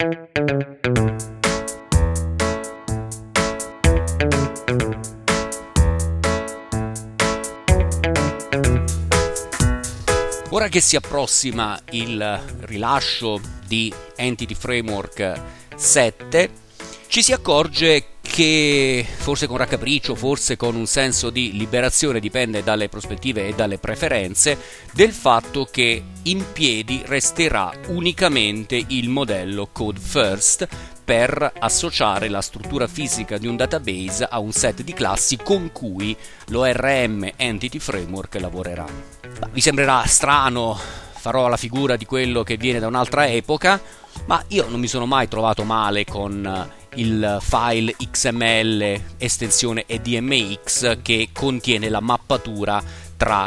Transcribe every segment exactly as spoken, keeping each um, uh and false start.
Ora che si approssima il rilascio di Entity Framework sette, ci si accorge che, forse con raccapriccio, forse con un senso di liberazione, dipende dalle prospettive e dalle preferenze, del fatto che in piedi resterà unicamente il modello Code First per associare la struttura fisica di un database a un set di classi con cui l'O R M Entity Framework lavorerà. Ma vi sembrerà strano, farò la figura di quello che viene da un'altra epoca, ma io non mi sono mai trovato male con il file X M L estensione E D M X che contiene la mappatura tra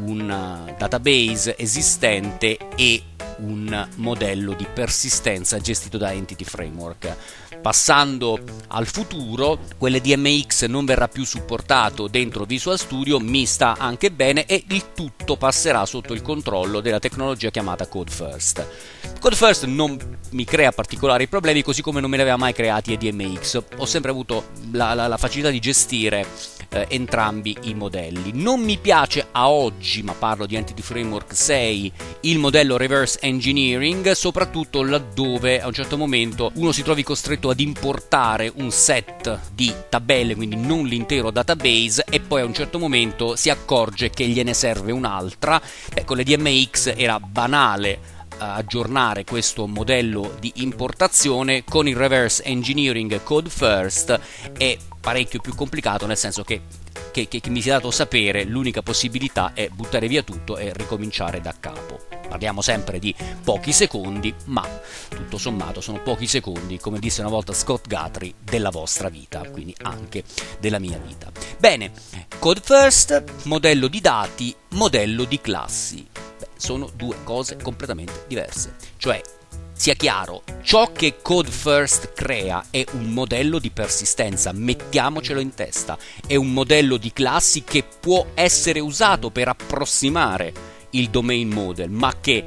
un database esistente e un modello di persistenza gestito da Entity Framework. Passando al futuro, quell'E D M X non verrà più supportato dentro Visual Studio, mi sta anche bene, e il tutto passerà sotto il controllo della tecnologia chiamata Code First. Code First non mi crea particolari problemi, così come non me ne aveva mai creati E D M X. Ho sempre avuto la, la, la facilità di gestire eh, entrambi i modelli. Non mi piace a oggi, ma parlo di Entity Framework sei, il modello Reverse Engineering, soprattutto laddove a un certo momento uno si trovi costretto ad importare un set di tabelle, quindi non l'intero database, e poi a un certo momento si accorge che gliene serve un'altra. Beh, con l'E D M X era banale aggiornare questo modello di importazione. Con il Reverse Engineering Code First è parecchio più complicato, nel senso che, che, che, che mi si è dato sapere l'unica possibilità è buttare via tutto e ricominciare da capo. Parliamo sempre di pochi secondi, ma tutto sommato sono pochi secondi, come disse una volta Scott Guthrie, della vostra vita, quindi anche della mia vita. Bene, Code First, modello di dati, modello di classi. Beh, sono due cose completamente diverse. Cioè, sia chiaro, ciò che Code First crea è un modello di persistenza, mettiamocelo in testa, è un modello di classi che può essere usato per approssimare il domain model, ma che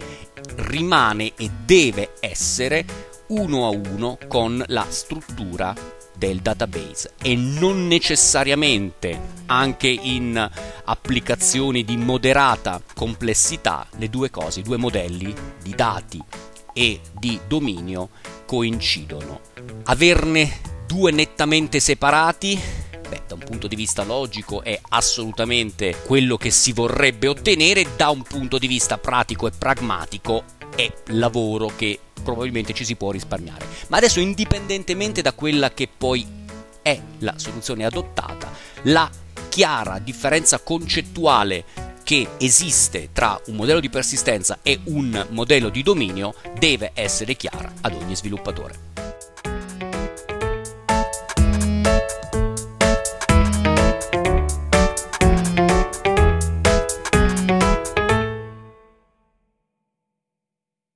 rimane e deve essere uno a uno con la struttura del database, e non necessariamente, anche in applicazioni di moderata complessità, le due cose, i due modelli di dati e di dominio coincidono. Averne due nettamente separati, beh, da un punto di vista logico è assolutamente quello che si vorrebbe ottenere, da un punto di vista pratico e pragmatico è lavoro che probabilmente ci si può risparmiare. Ma adesso, indipendentemente da quella che poi è la soluzione adottata, la chiara differenza concettuale che esiste tra un modello di persistenza e un modello di dominio deve essere chiara ad ogni sviluppatore.